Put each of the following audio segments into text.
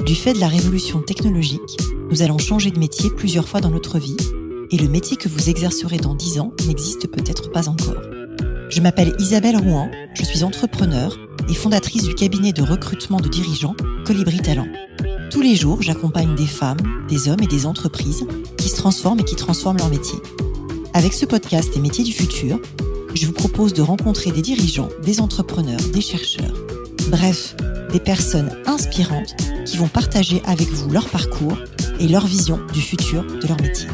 Du fait de la révolution technologique, nous allons changer de métier plusieurs fois dans notre vie et le métier que vous exercerez dans 10 ans n'existe peut-être pas encore. Je m'appelle Isabelle Rouen, je suis entrepreneure et fondatrice du cabinet de recrutement de dirigeants Colibri Talent. Tous les jours, j'accompagne des femmes, des hommes et des entreprises qui se transforment et qui transforment leur métier. Avec ce podcast Les métiers du futur, je vous propose de rencontrer des dirigeants, des entrepreneurs, des chercheurs, bref, des personnes inspirantes qui vont partager avec vous leur parcours et leur vision du futur de leur métier.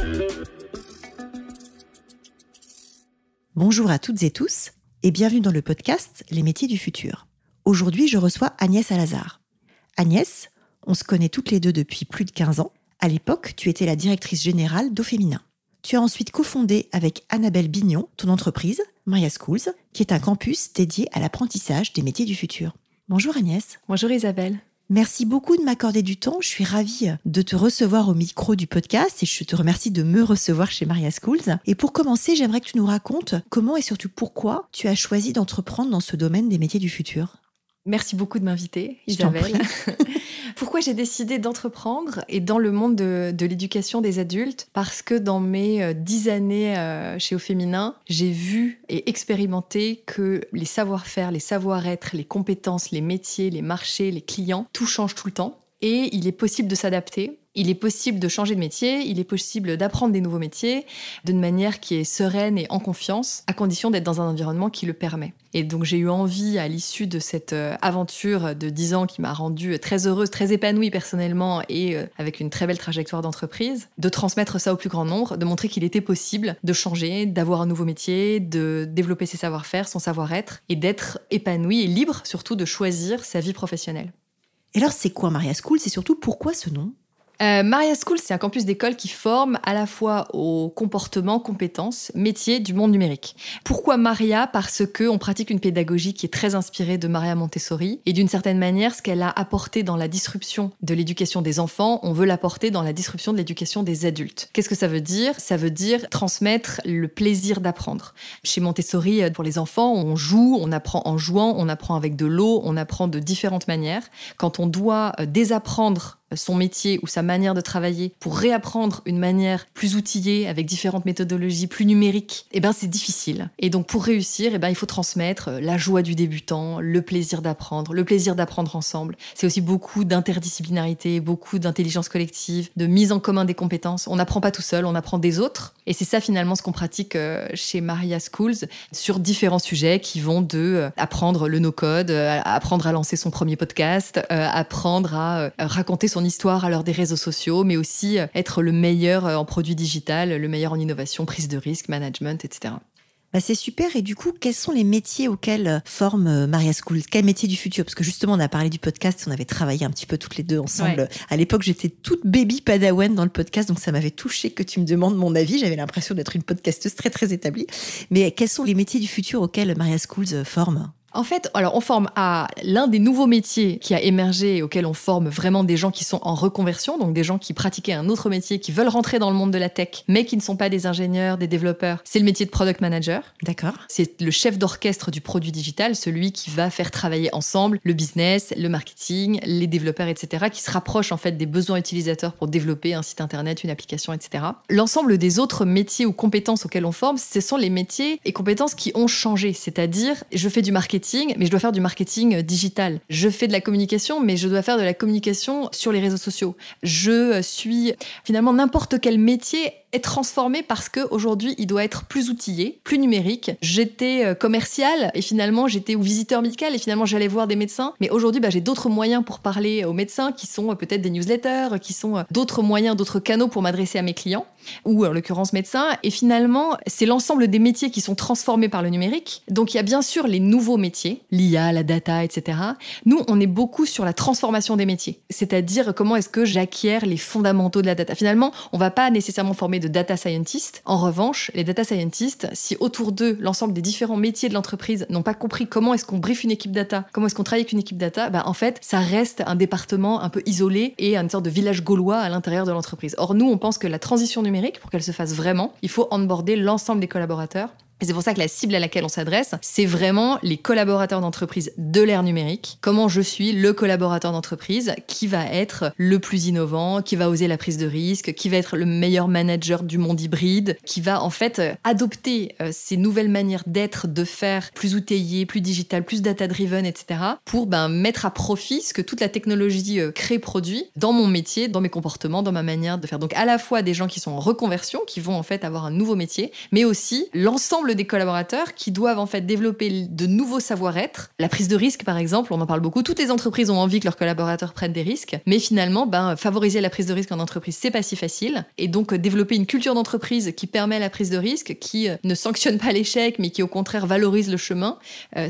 Bonjour à toutes et tous et bienvenue dans le podcast Les métiers du futur. Aujourd'hui, je reçois Agnès Salazar. Agnès, on se connaît toutes les deux depuis plus de 15 ans. À l'époque, tu étais la directrice générale d'Au Féminin. Tu as ensuite cofondé avec Annabelle Bignon ton entreprise, Maria Schools, qui est un campus dédié à l'apprentissage des métiers du futur. Bonjour Agnès. Bonjour Isabelle. Merci beaucoup de m'accorder du temps. Je suis ravie de te recevoir au micro du podcast et je te remercie de me recevoir chez Maria Schools. Et pour commencer, j'aimerais que tu nous racontes comment et surtout pourquoi tu as choisi d'entreprendre dans ce domaine des métiers du futur. Merci beaucoup de m'inviter, Isabelle. Pourquoi j'ai décidé d'entreprendre et dans le monde de l'éducation des adultes? Parce que dans mes 10 années chez Au Féminin, j'ai vu et expérimenté que les savoir-faire, les savoir-être, les compétences, les métiers, les marchés, les clients, tout change tout le temps. Et il est possible de s'adapter, il est possible de changer de métier, il est possible d'apprendre des nouveaux métiers d'une manière qui est sereine et en confiance, à condition d'être dans un environnement qui le permet. Et donc j'ai eu envie, à l'issue de cette aventure de 10 ans qui m'a rendue très heureuse, très épanouie personnellement et avec une très belle trajectoire d'entreprise, de transmettre ça au plus grand nombre, de montrer qu'il était possible de changer, d'avoir un nouveau métier, de développer ses savoir-faire, son savoir-être et d'être épanoui et libre surtout de choisir sa vie professionnelle. Et alors, c'est quoi Maria Schools et surtout, pourquoi ce nom ? Maria Schools, c'est un campus d'école qui forme à la fois au comportement, compétences, métiers du monde numérique. Pourquoi Maria ? Parce qu'on pratique une pédagogie qui est très inspirée de Maria Montessori et d'une certaine manière, ce qu'elle a apporté dans la disruption de l'éducation des enfants, on veut l'apporter dans la disruption de l'éducation des adultes. Qu'est-ce que ça veut dire ? Ça veut dire transmettre le plaisir d'apprendre. Chez Montessori, pour les enfants, on joue, on apprend en jouant, on apprend avec de l'eau, on apprend de différentes manières. Quand on doit désapprendre son métier ou sa manière de travailler pour réapprendre une manière plus outillée avec différentes méthodologies plus numériques, c'est difficile. Et donc pour réussir, il faut transmettre la joie du débutant, le plaisir d'apprendre ensemble. C'est aussi beaucoup d'interdisciplinarité, beaucoup d'intelligence collective, de mise en commun des compétences. On n'apprend pas tout seul, on apprend des autres. Et c'est ça finalement ce qu'on pratique chez Maria Schools sur différents sujets qui vont de apprendre le no-code, apprendre à lancer son premier podcast, apprendre à raconter son histoire à l'heure des réseaux sociaux, mais aussi être le meilleur en produit digital, le meilleur en innovation, prise de risque, management, etc. C'est super. Et du coup, quels sont les métiers auxquels forme Maria Schools ? Quel métier du futur ? Parce que justement, on a parlé du podcast, on avait travaillé un petit peu toutes les deux ensemble. Ouais. À l'époque, j'étais toute baby padawan dans le podcast, donc ça m'avait touchée que tu me demandes mon avis. J'avais l'impression d'être une podcasteuse très, très établie. Mais quels sont les métiers du futur auxquels Maria Schools forme ? En fait, on forme à l'un des nouveaux métiers qui a émergé et auquel on forme vraiment des gens qui sont en reconversion, donc des gens qui pratiquaient un autre métier, qui veulent rentrer dans le monde de la tech, mais qui ne sont pas des ingénieurs, des développeurs. C'est le métier de product manager. D'accord. C'est le chef d'orchestre du produit digital, celui qui va faire travailler ensemble le business, le marketing, les développeurs, etc., qui se rapprochent en fait des besoins utilisateurs pour développer un site internet, une application, etc. L'ensemble des autres métiers ou compétences auxquels on forme, ce sont les métiers et compétences qui ont changé. C'est-à-dire, je fais du marketing, mais je dois faire du marketing digital. Je fais de la communication, mais je dois faire de la communication sur les réseaux sociaux. Je suis finalement n'importe quel métier est transformé parce qu'aujourd'hui, il doit être plus outillé, plus numérique. J'étais commerciale et finalement, j'étais ou visiteur médical et finalement, j'allais voir des médecins. Mais aujourd'hui, j'ai d'autres moyens pour parler aux médecins qui sont peut-être des newsletters, qui sont d'autres moyens, d'autres canaux pour m'adresser à mes clients ou en l'occurrence médecins. Et finalement, c'est l'ensemble des métiers qui sont transformés par le numérique. Donc, il y a bien sûr les nouveaux métiers, l'IA, la data, etc. Nous, on est beaucoup sur la transformation des métiers. C'est-à-dire comment est-ce que j'acquiers les fondamentaux de la data. Finalement, on ne va pas nécessairement former de data scientists. En revanche, les data scientists, si autour d'eux, l'ensemble des différents métiers de l'entreprise n'ont pas compris comment est-ce qu'on briefe une équipe data, comment est-ce qu'on travaille avec une équipe data, en fait, ça reste un département un peu isolé et une sorte de village gaulois à l'intérieur de l'entreprise. Or, nous, on pense que la transition numérique, pour qu'elle se fasse vraiment, il faut onboarder l'ensemble des collaborateurs Et c'est pour ça que la cible à laquelle on s'adresse, c'est vraiment les collaborateurs d'entreprise de l'ère numérique. Comment je suis le collaborateur d'entreprise qui va être le plus innovant, qui va oser la prise de risque, qui va être le meilleur manager du monde hybride, qui va en fait adopter ces nouvelles manières d'être, de faire, plus outillées, plus digitales, plus data-driven, etc. pour mettre à profit ce que toute la technologie crée, produit dans mon métier, dans mes comportements, dans ma manière de faire. Donc à la fois des gens qui sont en reconversion, qui vont en fait avoir un nouveau métier, mais aussi l'ensemble des collaborateurs qui doivent en fait développer de nouveaux savoir-être. La prise de risque, par exemple, on en parle beaucoup. Toutes les entreprises ont envie que leurs collaborateurs prennent des risques, mais finalement, favoriser la prise de risque en entreprise, c'est pas si facile. Et donc, développer une culture d'entreprise qui permet la prise de risque, qui ne sanctionne pas l'échec, mais qui au contraire valorise le chemin,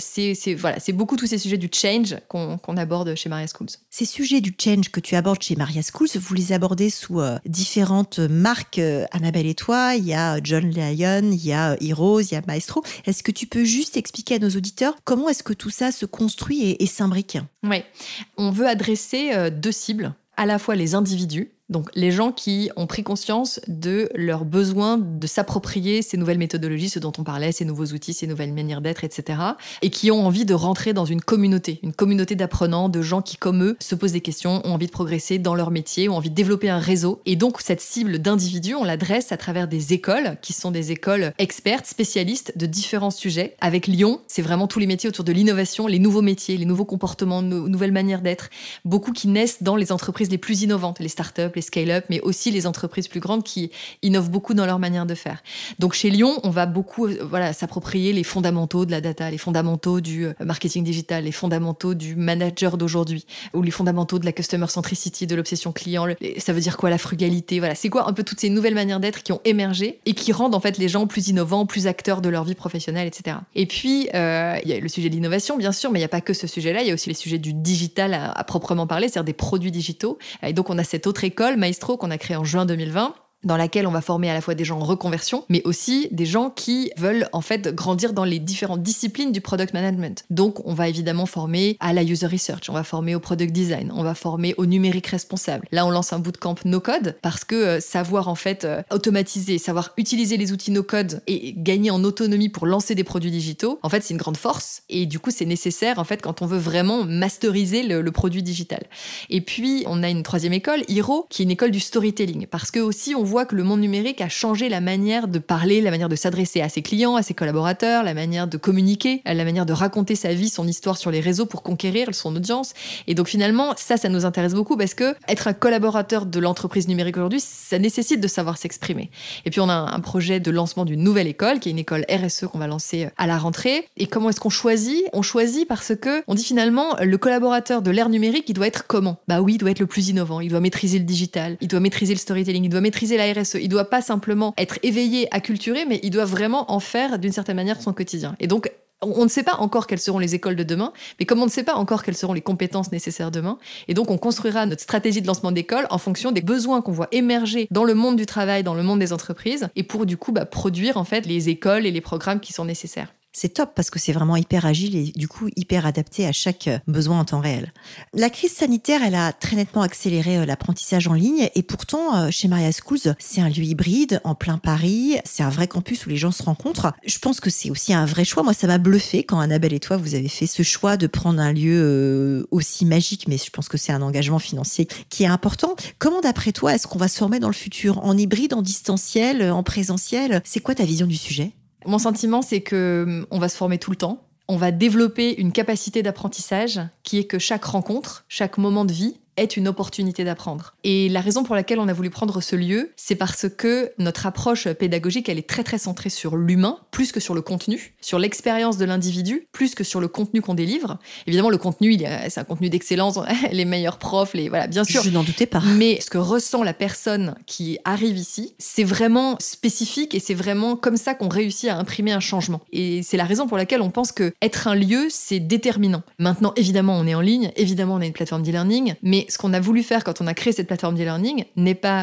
c'est beaucoup tous ces sujets du change qu'on aborde chez Maria Schools. Ces sujets du change que tu abordes chez Maria Schools, vous les abordez sous différentes marques. Annabelle et toi, il y a John Lyon, il y a Heroes, il y a Maestro. Est-ce que tu peux juste expliquer à nos auditeurs comment est-ce que tout ça se construit et s'imbrique ? Oui, on veut adresser 2 cibles, à la fois les individus, donc les gens qui ont pris conscience de leur besoin de s'approprier ces nouvelles méthodologies, ce dont on parlait, ces nouveaux outils, ces nouvelles manières d'être, etc. et qui ont envie de rentrer dans une communauté d'apprenants, de gens qui, comme eux, se posent des questions, ont envie de progresser dans leur métier, ont envie de développer un réseau. Et donc, cette cible d'individus, on l'adresse à travers des écoles, qui sont des écoles expertes, spécialistes de différents sujets. Avec Lyon, c'est vraiment tous les métiers autour de l'innovation, les nouveaux métiers, les nouveaux comportements, nouvelles manières d'être. Beaucoup qui naissent dans les entreprises les plus innovantes, les startups, les scale-up, mais aussi les entreprises plus grandes qui innovent beaucoup dans leur manière de faire. Donc chez Lyon, on va beaucoup s'approprier les fondamentaux de la data, les fondamentaux du marketing digital, les fondamentaux du manager d'aujourd'hui, ou les fondamentaux de la customer centricity, de l'obsession client. Ça veut dire quoi la frugalité ? Voilà, c'est quoi un peu toutes ces nouvelles manières d'être qui ont émergé et qui rendent en fait les gens plus innovants, plus acteurs de leur vie professionnelle, etc. Et puis, il y a le sujet de l'innovation, bien sûr, mais il n'y a pas que ce sujet-là, il y a aussi les sujets du digital à proprement parler, c'est-à-dire des produits digitaux. Et donc, on a cette autre école, Maestro, qu'on a créée en juin 2020, dans laquelle on va former à la fois des gens en reconversion, mais aussi des gens qui veulent en fait grandir dans les différentes disciplines du product management. Donc, on va évidemment former à la user research, on va former au product design, on va former au numérique responsable. Là, on lance un bootcamp no-code parce que savoir en fait automatiser, savoir utiliser les outils no-code et gagner en autonomie pour lancer des produits digitaux, en fait, c'est une grande force. Et du coup, c'est nécessaire en fait quand on veut vraiment masteriser le produit digital. Et puis, on a une 3e école, Hiro, qui est une école du storytelling, parce que aussi on voit que le monde numérique a changé la manière de parler, la manière de s'adresser à ses clients, à ses collaborateurs, la manière de communiquer, la manière de raconter sa vie, son histoire sur les réseaux pour conquérir son audience. Et donc finalement, ça nous intéresse beaucoup parce que être un collaborateur de l'entreprise numérique aujourd'hui, ça nécessite de savoir s'exprimer. Et puis on a un projet de lancement d'une nouvelle école, qui est une école RSE qu'on va lancer à la rentrée. Et comment est-ce qu'on choisit ? On choisit parce que on dit finalement, le collaborateur de l'ère numérique, il doit être comment ? Bah oui, il doit être le plus innovant, il doit maîtriser le digital, il doit maîtriser le storytelling, il doit maîtriser la RSE. Il doit pas simplement être éveillé, acculturé, mais il doit vraiment en faire d'une certaine manière son quotidien. Et donc, on ne sait pas encore quelles seront les écoles de demain, mais comme on ne sait pas encore quelles seront les compétences nécessaires demain, et donc on construira notre stratégie de lancement d'école en fonction des besoins qu'on voit émerger dans le monde du travail, dans le monde des entreprises, et pour du coup produire en fait les écoles et les programmes qui sont nécessaires. C'est top parce que c'est vraiment hyper agile et du coup hyper adapté à chaque besoin en temps réel. La crise sanitaire, elle a très nettement accéléré l'apprentissage en ligne et pourtant, chez Maria Schools, c'est un lieu hybride en plein Paris, c'est un vrai campus où les gens se rencontrent. Je pense que c'est aussi un vrai choix. Moi, ça m'a bluffé quand Annabelle et toi, vous avez fait ce choix de prendre un lieu aussi magique, mais je pense que c'est un engagement financier qui est important. Comment, d'après toi, est-ce qu'on va se former dans le futur ? En hybride, en distanciel, en présentiel ? C'est quoi ta vision du sujet ? Mon sentiment, c'est que on va se former tout le temps. On va développer une capacité d'apprentissage qui est que chaque rencontre, chaque moment de vie est une opportunité d'apprendre. Et la raison pour laquelle on a voulu prendre ce lieu, c'est parce que notre approche pédagogique, elle est très très centrée sur l'humain, plus que sur le contenu, sur l'expérience de l'individu, plus que sur le contenu qu'on délivre. Évidemment, le contenu, c'est un contenu d'excellence, les meilleurs profs, bien sûr. Je n'en doutais pas. Mais ce que ressent la personne qui arrive ici, c'est vraiment spécifique et c'est vraiment comme ça qu'on réussit à imprimer un changement. Et c'est la raison pour laquelle on pense que être un lieu, c'est déterminant. Maintenant, évidemment, on est en ligne, évidemment, on a une plateforme d'e-learning, mais ce qu'on a voulu faire quand on a créé cette plateforme d'e-learning n'est pas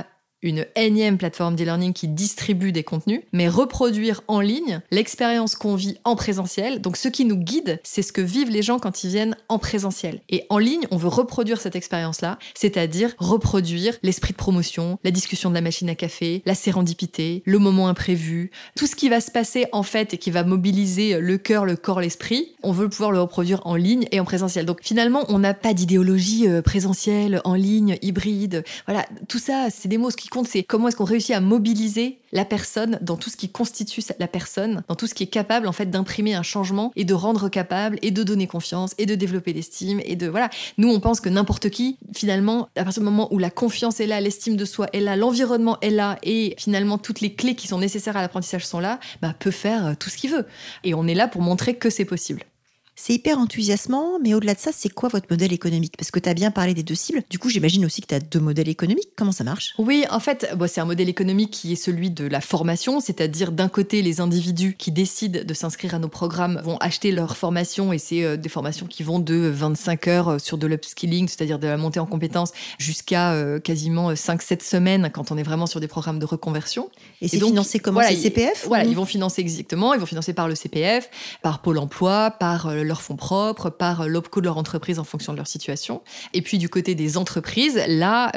une énième plateforme d'e-learning qui distribue des contenus, mais reproduire en ligne l'expérience qu'on vit en présentiel. Donc ce qui nous guide, c'est ce que vivent les gens quand ils viennent en présentiel. Et en ligne, on veut reproduire cette expérience-là, c'est-à-dire reproduire l'esprit de promotion, la discussion de la machine à café, la sérendipité, le moment imprévu, tout ce qui va se passer en fait et qui va mobiliser le cœur, le corps, l'esprit. On veut pouvoir le reproduire en ligne et en présentiel. Donc finalement, on n'a pas d'idéologie présentielle, en ligne, hybride. Voilà, tout ça, c'est des mots. Ce qui compte, c'est comment est-ce qu'on réussit à mobiliser la personne dans tout ce qui constitue la personne, dans tout ce qui est capable en fait d'imprimer un changement et de rendre capable et de donner confiance et de développer l'estime et de voilà. Nous, on pense que n'importe qui, finalement, à partir du moment où la confiance est là, l'estime de soi est là, l'environnement est là et finalement toutes les clés qui sont nécessaires à l'apprentissage sont là, peut faire tout ce qu'il veut. Et on est là pour montrer que c'est possible. C'est hyper enthousiasmant, mais au-delà de ça, c'est quoi votre modèle économique? Parce que tu as bien parlé des 2 cibles. Du coup, j'imagine aussi que tu as 2 modèles économiques. Comment ça marche? Oui, en fait, c'est un modèle économique qui est celui de la formation, c'est-à-dire d'un côté, les individus qui décident de s'inscrire à nos programmes vont acheter leur formation et c'est des formations qui vont de 25 heures sur de l'upskilling, c'est-à-dire de la montée en compétences, jusqu'à quasiment 5-7 semaines quand on est vraiment sur des programmes de reconversion. Et c'est donc, financé comment? C'est CPF? Voilà, ils vont financer exactement, ils vont financer par le CPF, par Pôle emploi, par leurs fonds propres, par l'OPCO de leur entreprise en fonction de leur situation. Et puis du côté des entreprises, là,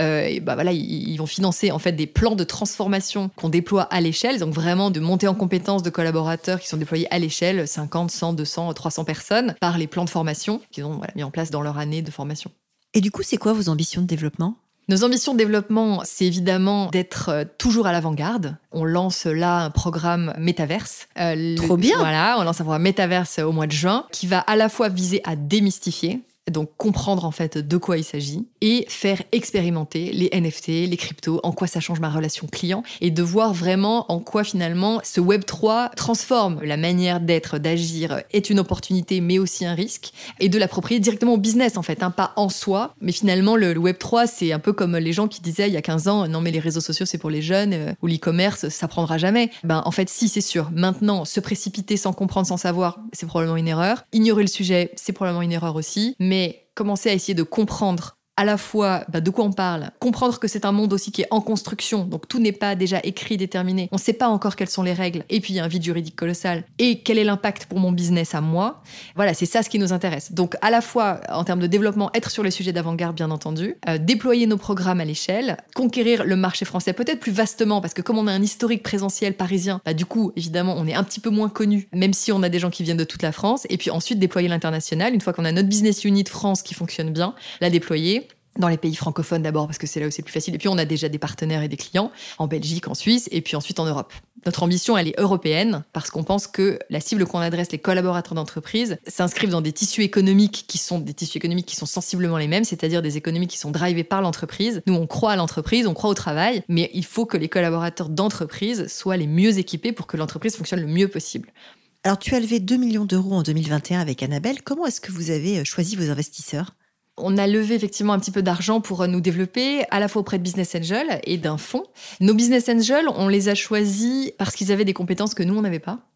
ils vont financer en fait des plans de transformation qu'on déploie à l'échelle, donc vraiment de montée en compétences de collaborateurs qui sont déployés à l'échelle, 50, 100, 200, 300 personnes, par les plans de formation qu'ils ont mis en place dans leur année de formation. Et du coup, c'est quoi vos ambitions de développement ? Nos ambitions de développement, c'est évidemment d'être toujours à l'avant-garde. On lance là un programme Métaverse. Trop bien. Voilà, on lance un programme Métaverse au mois de juin qui va à la fois viser à démystifier, donc comprendre en fait de quoi il s'agit et faire expérimenter les NFT, les cryptos, en quoi ça change ma relation client et de voir vraiment en quoi finalement ce Web3 transforme la manière d'être, d'agir, est une opportunité mais aussi un risque et de l'approprier directement au business en fait, pas en soi. Mais finalement le Web3 c'est un peu comme les gens qui disaient il y a 15 ans non mais les réseaux sociaux c'est pour les jeunes ou l'e-commerce ça prendra jamais. En fait si c'est sûr, maintenant se précipiter sans comprendre, sans savoir c'est probablement une erreur. Ignorer le sujet c'est probablement une erreur aussi, mais commencer à essayer de comprendre à la fois de quoi on parle, comprendre que c'est un monde aussi qui est en construction, donc tout n'est pas déjà écrit, déterminé, on ne sait pas encore quelles sont les règles, et puis il y a un vide juridique colossal, et quel est l'impact pour mon business à moi. Voilà, c'est ça ce qui nous intéresse. Donc à la fois, en termes de développement, être sur les sujets d'avant-garde, bien entendu, déployer nos programmes à l'échelle, conquérir le marché français peut-être plus vastement, parce que comme on a un historique présentiel parisien, du coup, évidemment, on est un petit peu moins connu, même si on a des gens qui viennent de toute la France, et puis ensuite déployer l'international, une fois qu'on a notre business unit France qui fonctionne bien, la déployer dans les pays francophones d'abord, parce que c'est là où c'est le plus facile. Et puis, on a déjà des partenaires et des clients en Belgique, en Suisse, et puis ensuite en Europe. Notre ambition, elle est européenne, parce qu'on pense que la cible qu'on adresse, les collaborateurs d'entreprise, s'inscrivent dans des tissus économiques qui sont sensiblement les mêmes, c'est-à-dire des économies qui sont drivées par l'entreprise. Nous, on croit à l'entreprise, on croit au travail, mais il faut que les collaborateurs d'entreprise soient les mieux équipés pour que l'entreprise fonctionne le mieux possible. Alors, tu as levé 2 millions d'euros en 2021 avec Annabelle. Comment est-ce que vous avez choisi vos investisseurs ? On a levé effectivement un petit peu d'argent pour nous développer, à la fois auprès de Business Angel et d'un fonds. Nos Business Angels, on les a choisis parce qu'ils avaient des compétences que nous, on n'avait pas.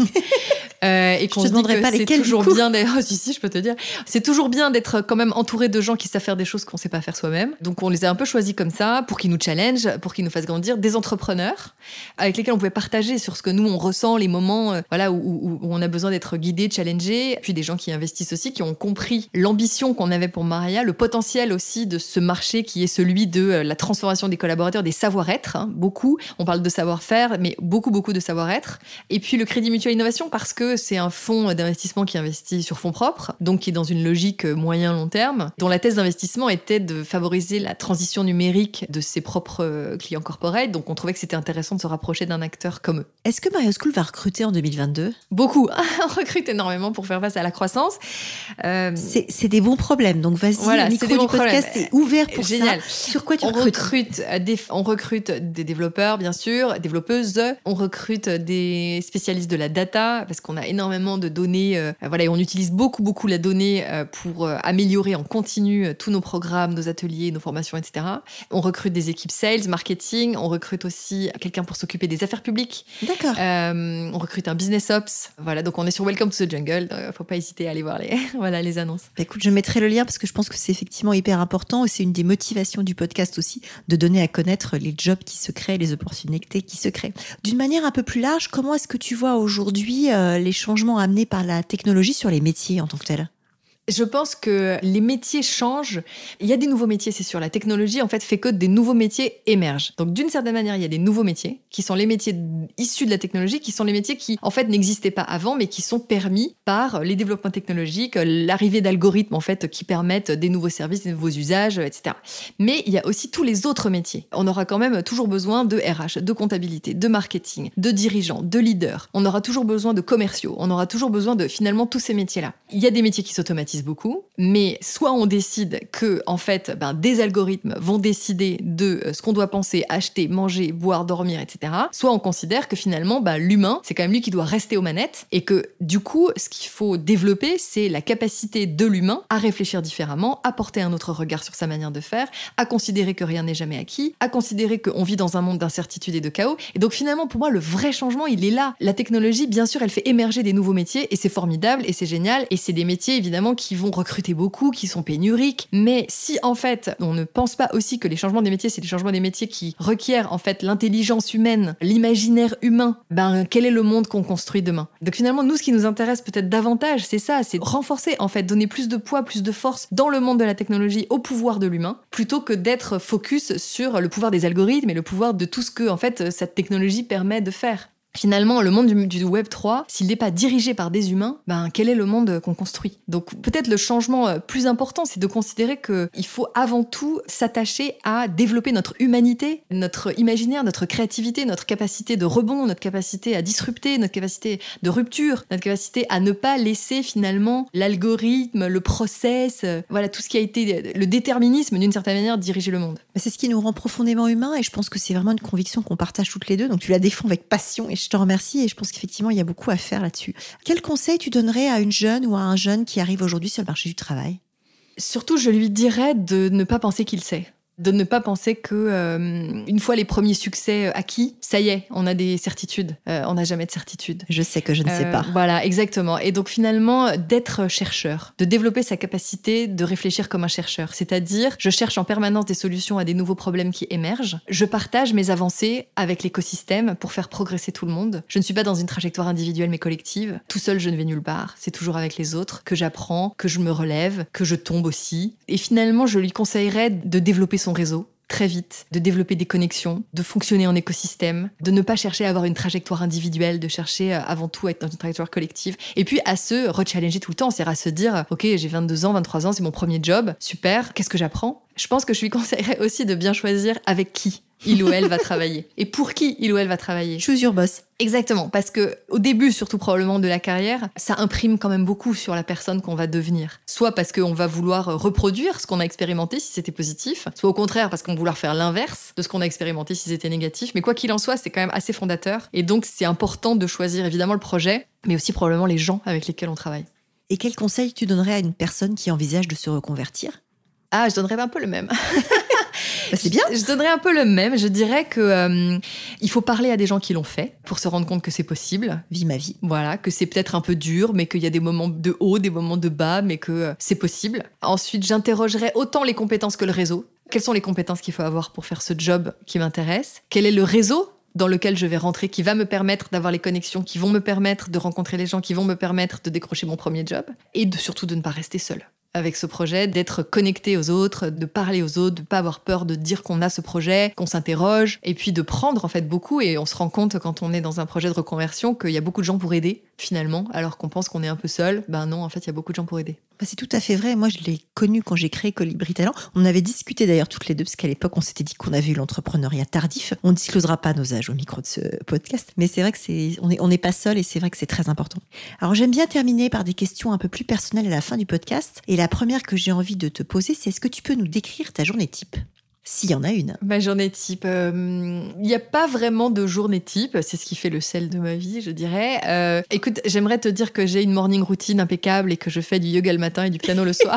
Et qu'on se dit que c'est toujours bien d'être... Oh, si, je peux te dire. C'est toujours bien d'être quand même entouré de gens qui savent faire des choses qu'on ne sait pas faire soi-même. Donc, on les a un peu choisis comme ça pour qu'ils nous challengent, pour qu'ils nous fassent grandir. Des entrepreneurs avec lesquels on pouvait partager sur ce que nous, on ressent, les moments où on a besoin d'être guidé, challengé. Puis des gens qui investissent aussi, qui ont compris l'ambition qu'on avait pour Maria, le potentiel aussi de ce marché qui est celui de la transformation des collaborateurs, des savoir-être. Beaucoup. On parle de savoir-faire, mais beaucoup de savoir-être. Et puis le Crédit Mutuel Innovation, parce que c'est un fonds d'investissement qui investit sur fonds propres, donc qui est dans une logique moyen-long terme, dont la thèse d'investissement était de favoriser la transition numérique de ses propres clients corporate. Donc on trouvait que c'était intéressant de se rapprocher d'un acteur comme eux. Est-ce que Maria School va recruter en 2022 ? Beaucoup. On recrute énormément pour faire face à la croissance. C'est des bons problèmes. Donc vas-y, voilà, le micro du podcast est ouvert pour Génial. Ça. Sur quoi tu recrutes ? On recrute des développeurs, bien sûr, développeuses. On recrute des spécialistes de la data, parce qu'on a énormément de données. Et on utilise beaucoup la donnée pour améliorer en continu tous nos programmes, nos ateliers, nos formations, etc. On recrute des équipes sales, marketing. On recrute aussi quelqu'un pour s'occuper des affaires publiques. D'accord. On recrute un business ops. Voilà, donc on est sur Welcome to the Jungle. Faut pas hésiter à aller voir les annonces. Écoute, je mettrai le lien parce que je pense que c'est effectivement hyper important et c'est une des motivations du podcast aussi, de donner à connaître les jobs qui se créent, les opportunités qui se créent. D'une manière un peu plus large, comment est-ce que tu vois aujourd'hui les changements amenés par la technologie sur les métiers en tant que tels ? Je pense que les métiers changent. Il y a des nouveaux métiers, c'est sûr. La technologie, en fait, fait que des nouveaux métiers émergent. Donc, d'une certaine manière, il y a des nouveaux métiers qui sont les métiers issus de la technologie, qui sont les métiers qui, en fait, n'existaient pas avant, mais qui sont permis par les développements technologiques, l'arrivée d'algorithmes, en fait, qui permettent des nouveaux services, des nouveaux usages, etc. Mais il y a aussi tous les autres métiers. On aura quand même toujours besoin de RH, de comptabilité, de marketing, de dirigeants, de leaders. On aura toujours besoin de commerciaux. On aura toujours besoin de, finalement, tous ces métiers-là. Il y a des métiers qui s'automatisent beaucoup, mais soit on décide que, en fait, des algorithmes vont décider de ce qu'on doit penser, acheter, manger, boire, dormir, etc. Soit on considère que finalement, l'humain, c'est quand même lui qui doit rester aux manettes et que, du coup, ce qu'il faut développer, c'est la capacité de l'humain à réfléchir différemment, à porter un autre regard sur sa manière de faire, à considérer que rien n'est jamais acquis, à considérer qu'on vit dans un monde d'incertitude et de chaos. Et donc, finalement, pour moi, le vrai changement, il est là. La technologie, bien sûr, elle fait émerger des nouveaux métiers et c'est formidable et c'est génial et c'est des métiers, évidemment, qui vont recruter beaucoup, qui sont pénuriques. Mais si, en fait, on ne pense pas aussi que les changements des métiers, c'est des changements des métiers qui requièrent, en fait, l'intelligence humaine, l'imaginaire humain, quel est le monde qu'on construit demain? Donc finalement, nous, ce qui nous intéresse peut-être davantage, c'est ça, c'est renforcer, en fait, donner plus de poids, plus de force dans le monde de la technologie au pouvoir de l'humain, plutôt que d'être focus sur le pouvoir des algorithmes et le pouvoir de tout ce que, en fait, cette technologie permet de faire. Finalement, le monde du Web 3, s'il n'est pas dirigé par des humains, quel est le monde qu'on construit? Donc peut-être le changement plus important, c'est de considérer qu'il faut avant tout s'attacher à développer notre humanité, notre imaginaire, notre créativité, notre capacité de rebond, notre capacité à disrupter, notre capacité de rupture, notre capacité à ne pas laisser finalement l'algorithme, le process, tout ce qui a été le déterminisme d'une certaine manière diriger le monde. C'est ce qui nous rend profondément humains et je pense que c'est vraiment une conviction qu'on partage toutes les deux. Donc tu la défends avec passion et je te remercie et je pense qu'effectivement, il y a beaucoup à faire là-dessus. Quel conseil tu donnerais à une jeune ou à un jeune qui arrive aujourd'hui sur le marché du travail? Surtout, je lui dirais de ne pas penser qu'il sait. De ne pas penser que une fois les premiers succès acquis, ça y est, on a des certitudes. On n'a jamais de certitude. Je sais que je ne sais pas. Voilà, exactement. Et donc finalement, d'être chercheur, de développer sa capacité de réfléchir comme un chercheur. C'est-à-dire, je cherche en permanence des solutions à des nouveaux problèmes qui émergent. Je partage mes avancées avec l'écosystème pour faire progresser tout le monde. Je ne suis pas dans une trajectoire individuelle mais collective. Tout seul, je ne vais nulle part. C'est toujours avec les autres que j'apprends, que je me relève, que je tombe aussi. Et finalement, je lui conseillerais de développer son réseau très vite, de développer des connexions, de fonctionner en écosystème, de ne pas chercher à avoir une trajectoire individuelle, de chercher avant tout à être dans une trajectoire collective, et puis à se rechallenger tout le temps, c'est-à-dire à se dire « Ok, j'ai 22 ans, 23 ans, c'est mon premier job, super, qu'est-ce que j'apprends ?» Je pense que je lui conseillerais aussi de bien choisir avec qui il ou elle va travailler et pour qui il ou elle va travailler. Choose your boss. Exactement, parce que au début, surtout probablement de la carrière, ça imprime quand même beaucoup sur la personne qu'on va devenir. Soit parce qu'on va vouloir reproduire ce qu'on a expérimenté si c'était positif, soit au contraire parce qu'on va vouloir faire l'inverse de ce qu'on a expérimenté si c'était négatif. Mais quoi qu'il en soit, c'est quand même assez fondateur. Et donc, c'est important de choisir évidemment le projet, mais aussi probablement les gens avec lesquels on travaille. Et quel conseil tu donnerais à une personne qui envisage de se reconvertir? Ah, je donnerais un peu le même. C'est bien. Je donnerais un peu le même. Je dirais que il faut parler à des gens qui l'ont fait pour se rendre compte que c'est possible. Vis ma vie. Voilà, que c'est peut-être un peu dur, mais qu'il y a des moments de haut, des moments de bas, mais que c'est possible. Ensuite, j'interrogerais autant les compétences que le réseau. Quelles sont les compétences qu'il faut avoir pour faire ce job qui m'intéresse? Quel est le réseau dans lequel je vais rentrer, qui va me permettre d'avoir les connexions, qui vont me permettre de rencontrer les gens, qui vont me permettre de décrocher mon premier job, et surtout de ne pas rester seule avec ce projet, d'être connecté aux autres, de parler aux autres, de pas avoir peur de dire qu'on a ce projet, qu'on s'interroge, et puis de prendre en fait beaucoup. Et on se rend compte quand on est dans un projet de reconversion qu'il y a beaucoup de gens pour aider finalement, alors qu'on pense qu'on est un peu seul. Ben non, en fait, il y a beaucoup de gens pour aider. C'est tout à fait vrai. Moi, je l'ai connu quand j'ai créé Colibri Talent. On avait discuté d'ailleurs toutes les deux, parce qu'à l'époque, on s'était dit qu'on avait eu l'entrepreneuriat tardif. On ne disclosera pas nos âges au micro de ce podcast, mais c'est vrai que on n'est pas seul et c'est vrai que c'est très important. Alors, j'aime bien terminer par des questions un peu plus personnelles à la fin du podcast. Et la première que j'ai envie de te poser, c'est est-ce que tu peux nous décrire ta journée type ? S'il y en a une. Ma journée type, il n'y a pas vraiment de journée type, c'est ce qui fait le sel de ma vie, je dirais. Écoute, j'aimerais te dire que j'ai une morning routine impeccable et que je fais du yoga le matin et du piano le soir.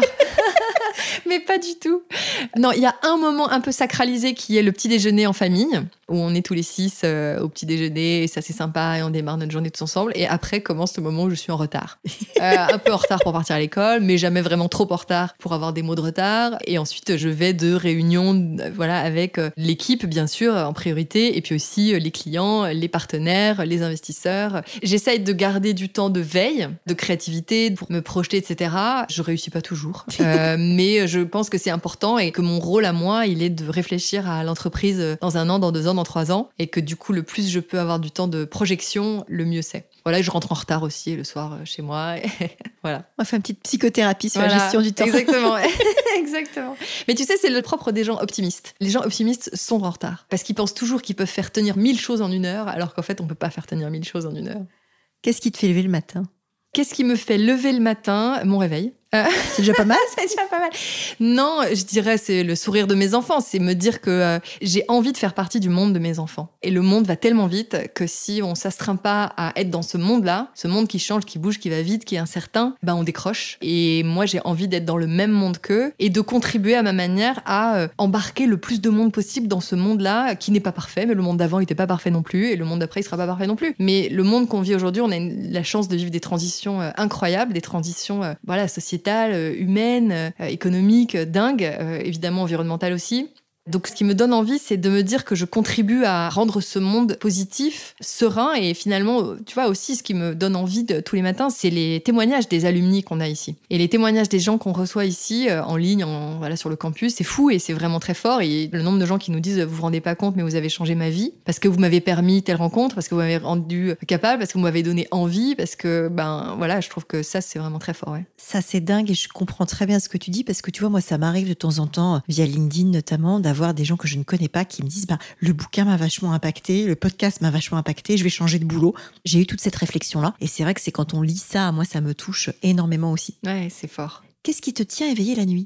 Mais pas du tout. Non, il y a un moment un peu sacralisé qui est le petit déjeuner en famille, où on est tous les 6 au petit déjeuner, et ça c'est sympa, et on démarre notre journée tous ensemble. Et après commence le moment où je suis en retard. Un peu en retard pour partir à l'école, mais jamais vraiment trop en retard pour avoir des mots de retard. Et ensuite, je vais de réunion avec l'équipe, bien sûr, en priorité, et puis aussi les clients, les partenaires, les investisseurs. J'essaye de garder du temps de veille, de créativité, pour me projeter, etc. Je réussis pas toujours, mais je pense que c'est important et que mon rôle à moi, il est de réfléchir à l'entreprise dans 1 an, dans 2 ans, dans 3 ans, et que du coup, le plus je peux avoir du temps de projection, le mieux c'est. Voilà, je rentre en retard aussi le soir chez moi. Voilà. On fait une petite psychothérapie sur la gestion du temps. Exactement. Exactement. Mais tu sais, c'est le propre des gens optimistes. Les gens optimistes sont en retard parce qu'ils pensent toujours qu'ils peuvent faire tenir 1000 choses en 1 heure, alors qu'en fait, on peut pas faire tenir 1000 choses en 1 heure. Qu'est-ce qui te fait lever le matin ? Qu'est-ce qui me fait lever le matin ? Mon réveil. C'est déjà pas mal. C'est déjà pas mal. Non, je dirais c'est le sourire de mes enfants. C'est me dire que j'ai envie de faire partie du monde de mes enfants. Et le monde va tellement vite que si on s'astreint pas à être dans ce monde-là, ce monde qui change, qui bouge, qui va vite, qui est incertain, on décroche. Et moi, j'ai envie d'être dans le même monde qu'eux et de contribuer à ma manière à embarquer le plus de monde possible dans ce monde-là qui n'est pas parfait. Mais le monde d'avant, il n'était pas parfait non plus. Et le monde d'après, il sera pas parfait non plus. Mais le monde qu'on vit aujourd'hui, on a la chance de vivre des transitions incroyables, des transitions sociétales, humaines, économiques, dingues, évidemment environnementales aussi. Donc, ce qui me donne envie, c'est de me dire que je contribue à rendre ce monde positif, serein, et finalement, tu vois, aussi, ce qui me donne envie tous les matins, c'est les témoignages des alumni qu'on a ici. Et les témoignages des gens qu'on reçoit ici, en ligne, sur le campus, c'est fou et c'est vraiment très fort. Et le nombre de gens qui nous disent, vous vous rendez pas compte, mais vous avez changé ma vie, parce que vous m'avez permis telle rencontre, parce que vous m'avez rendu capable, parce que vous m'avez donné envie, parce que, je trouve que ça, c'est vraiment très fort, ouais. Ça, c'est dingue et je comprends très bien ce que tu dis, parce que tu vois, moi, ça m'arrive de temps en temps, via LinkedIn notamment, d'avoir des gens que je ne connais pas qui me disent le bouquin m'a vachement impacté, le podcast m'a vachement impacté, je vais changer de boulot. J'ai eu toute cette réflexion-là et c'est vrai que c'est quand on lit ça, moi ça me touche énormément aussi. Ouais, c'est fort. Qu'est-ce qui te tient éveillé la nuit ?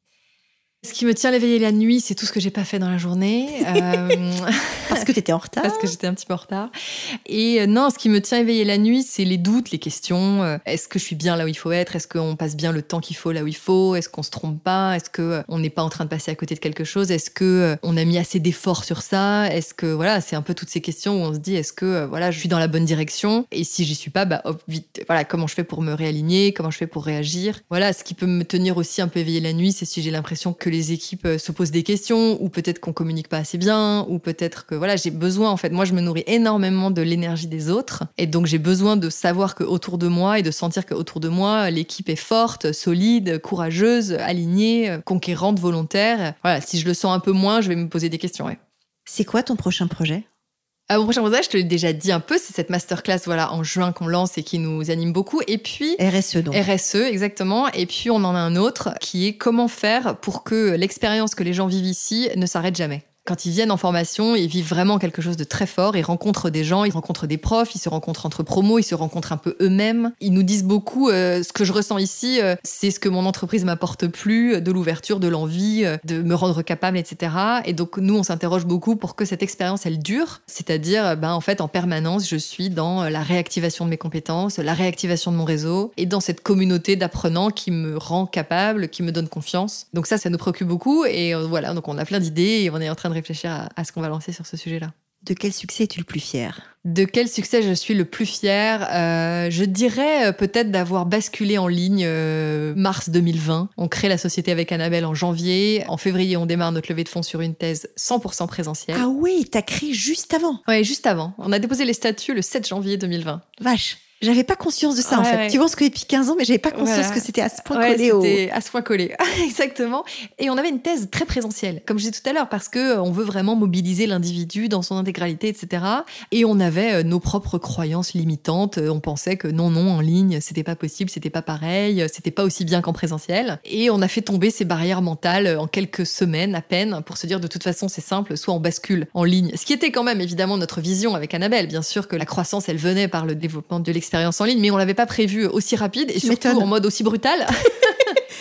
Ce qui me tient l'éveillé la nuit, c'est tout ce que j'ai pas fait dans la journée. Parce que t'étais en retard. Parce que j'étais un petit peu en retard. Et non, ce qui me tient éveillé la nuit, c'est les doutes, les questions. Est-ce que je suis bien là où il faut être ? Est-ce qu'on passe bien le temps qu'il faut là où il faut ? Est-ce qu'on se trompe pas ? Est-ce qu'on n'est pas en train de passer à côté de quelque chose ? Est-ce qu'on a mis assez d'efforts sur ça ? Est-ce que, c'est un peu toutes ces questions où on se dit, est-ce que, je suis dans la bonne direction ? Et si j'y suis pas, vite, comment je fais pour me réaligner ? Comment je fais pour réagir ? Voilà, ce qui peut me tenir aussi un peu éveillé la nuit, c'est si j'ai l'impression que les équipes se posent des questions, ou peut-être qu'on communique pas assez bien, ou peut-être que j'ai besoin, en fait, moi je me nourris énormément de l'énergie des autres, et donc j'ai besoin de savoir que autour de moi et de sentir que autour de moi l'équipe est forte, solide, courageuse, alignée, conquérante, volontaire. Voilà, si je le sens un peu moins, je vais me poser des questions. Ouais. C'est quoi ton prochain projet ? Mon prochain projet, je te l'ai déjà dit un peu, c'est cette masterclass en juin qu'on lance et qui nous anime beaucoup. Et puis RSE donc. RSE, exactement. Et puis on en a un autre qui est comment faire pour que l'expérience que les gens vivent ici ne s'arrête jamais. Quand ils viennent en formation, ils vivent vraiment quelque chose de très fort. Ils rencontrent des gens, ils rencontrent des profs, ils se rencontrent entre promos, ils se rencontrent un peu eux-mêmes. Ils nous disent beaucoup, ce que je ressens ici, c'est ce que mon entreprise m'apporte plus, de l'ouverture, de l'envie, de me rendre capable, etc. Et donc, nous, on s'interroge beaucoup pour que cette expérience, elle dure. C'est-à-dire, en fait, en permanence, je suis dans la réactivation de mes compétences, la réactivation de mon réseau et dans cette communauté d'apprenants qui me rend capable, qui me donne confiance. Donc ça nous préoccupe beaucoup. Et voilà, donc on a plein d'idées et on est en train de réfléchir à ce qu'on va lancer sur ce sujet-là. De quel succès es-tu le plus fier ? De quel succès je suis le plus fier ? Je dirais peut-être d'avoir basculé en ligne mars 2020. On crée la société avec Annabelle en janvier. En février, on démarre notre levée de fonds sur une thèse 100% présentielle. Ah oui, t'as créé juste avant ? Ouais, juste avant. On a déposé les statuts le 7 janvier 2020. Vache. J'avais pas conscience de ça, en fait. Ouais. Tu vois, on se connaît depuis 15 ans, mais j'avais pas conscience que c'était à ce point collé c'était à ce point collé. Exactement. Et on avait une thèse très présentielle, comme je disais tout à l'heure, parce que on veut vraiment mobiliser l'individu dans son intégralité, etc. Et on avait nos propres croyances limitantes. On pensait que non, en ligne, c'était pas possible, c'était pas pareil, c'était pas aussi bien qu'en présentiel. Et on a fait tomber ces barrières mentales en quelques semaines à peine pour se dire, de toute façon, c'est simple, soit on bascule en ligne. Ce qui était quand même évidemment notre vision avec Annabelle. Bien sûr que la croissance, elle venait par le développement de l'expérience en ligne, mais on l'avait pas prévu aussi rapide et surtout en mode aussi brutal.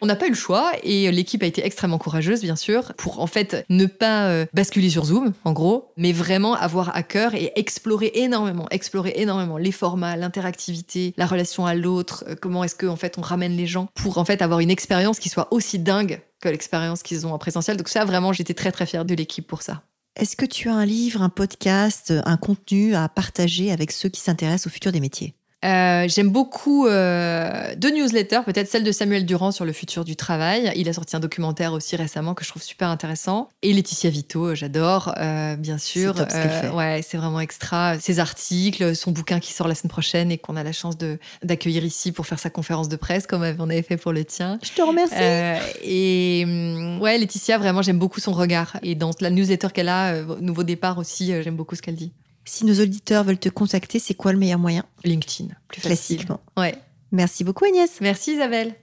On n'a pas eu le choix et l'équipe a été extrêmement courageuse, bien sûr, pour en fait ne pas basculer sur Zoom, en gros, mais vraiment avoir à cœur et explorer énormément les formats, l'interactivité, la relation à l'autre, comment est-ce qu'en fait on ramène les gens pour en fait avoir une expérience qui soit aussi dingue que l'expérience qu'ils ont en présentiel. Donc ça, vraiment, j'étais très très fière de l'équipe pour ça. Est-ce que tu as un livre, un podcast, un contenu à partager avec ceux qui s'intéressent au futur des métiers ? J'aime beaucoup deux newsletters, peut-être celle de Samuel Durand sur le futur du travail. Il a sorti un documentaire aussi récemment que je trouve super intéressant. Et Laetitia Vito, j'adore, bien sûr. C'est top ce qu'elle fait. Ouais, c'est vraiment extra. Ses articles, son bouquin qui sort la semaine prochaine et qu'on a la chance d'accueillir ici pour faire sa conférence de presse, comme on avait fait pour le tien. Je te remercie. Ouais, Laetitia, vraiment, j'aime beaucoup son regard. Et dans la newsletter qu'elle a, Nouveau Départ aussi, j'aime beaucoup ce qu'elle dit. Si nos auditeurs veulent te contacter, c'est quoi le meilleur moyen ? LinkedIn, plus facile. Classiquement. Ouais. Merci beaucoup Agnès. Merci Isabelle.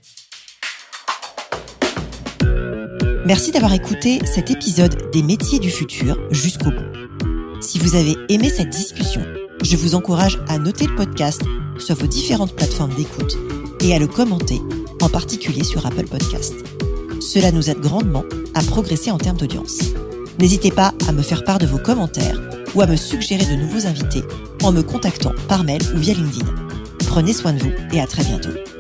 Merci d'avoir écouté cet épisode des métiers du futur jusqu'au bout. Si vous avez aimé cette discussion, je vous encourage à noter le podcast sur vos différentes plateformes d'écoute et à le commenter, en particulier sur Apple Podcasts. Cela nous aide grandement à progresser en termes d'audience. N'hésitez pas à me faire part de vos commentaires ou à me suggérer de nouveaux invités en me contactant par mail ou via LinkedIn. Prenez soin de vous et à très bientôt.